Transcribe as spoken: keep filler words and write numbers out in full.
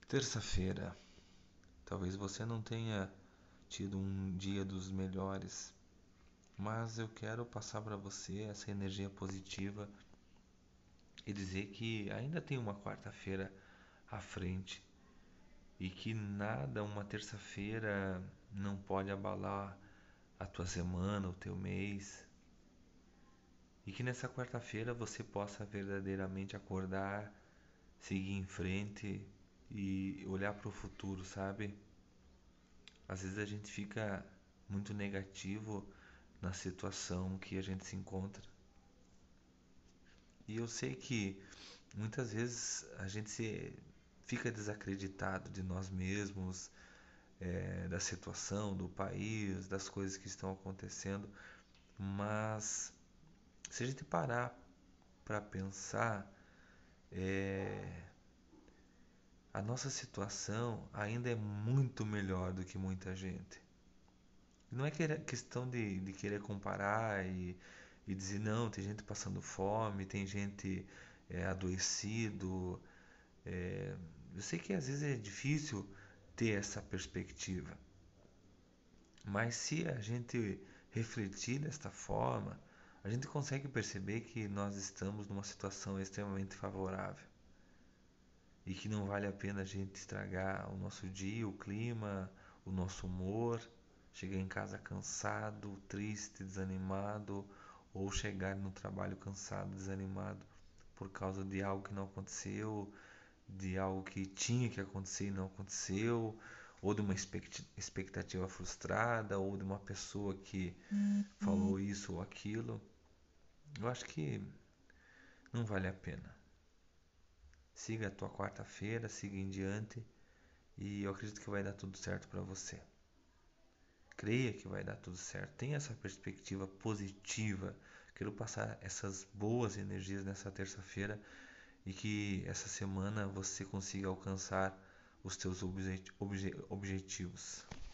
Terça-feira. Talvez você não tenha tido um dia dos melhores, mas eu quero passar para você essa energia positiva e dizer que ainda tem uma quarta-feira à frente e que nada, uma terça-feira não pode abalar a tua semana, o teu mês, e que nessa quarta-feira você possa verdadeiramente acordar, seguir em frente e olhar para o futuro, sabe? Às vezes a gente fica muito negativo na situação que a gente se encontra. E eu sei que muitas vezes a gente se fica desacreditado de nós mesmos, é, da situação, do país, das coisas que estão acontecendo, mas se a gente parar para pensar, é, a nossa situação ainda é muito melhor do que muita gente. Não é questão de, de querer comparar e, e dizer, não, tem gente passando fome, tem gente é, adoecido. É, eu sei que às vezes é difícil ter essa perspectiva, mas se a gente refletir desta forma, a gente consegue perceber que nós estamos numa situação extremamente favorável e que não vale a pena a gente estragar o nosso dia, o clima, o nosso humor, chegar em casa cansado, triste, desanimado, ou chegar no trabalho cansado, desanimado por causa de algo que não aconteceu, de algo que tinha que acontecer e não aconteceu, ou de uma expectativa frustrada, ou de uma pessoa que falou isso ou aquilo. Eu acho que não vale a pena. Siga a tua quarta-feira, siga em diante e eu acredito que vai dar tudo certo para você. Creia que vai dar tudo certo. Tenha essa perspectiva positiva. Quero passar essas boas energias nessa terça-feira e que essa semana você consiga alcançar os teus obje obje objetivos.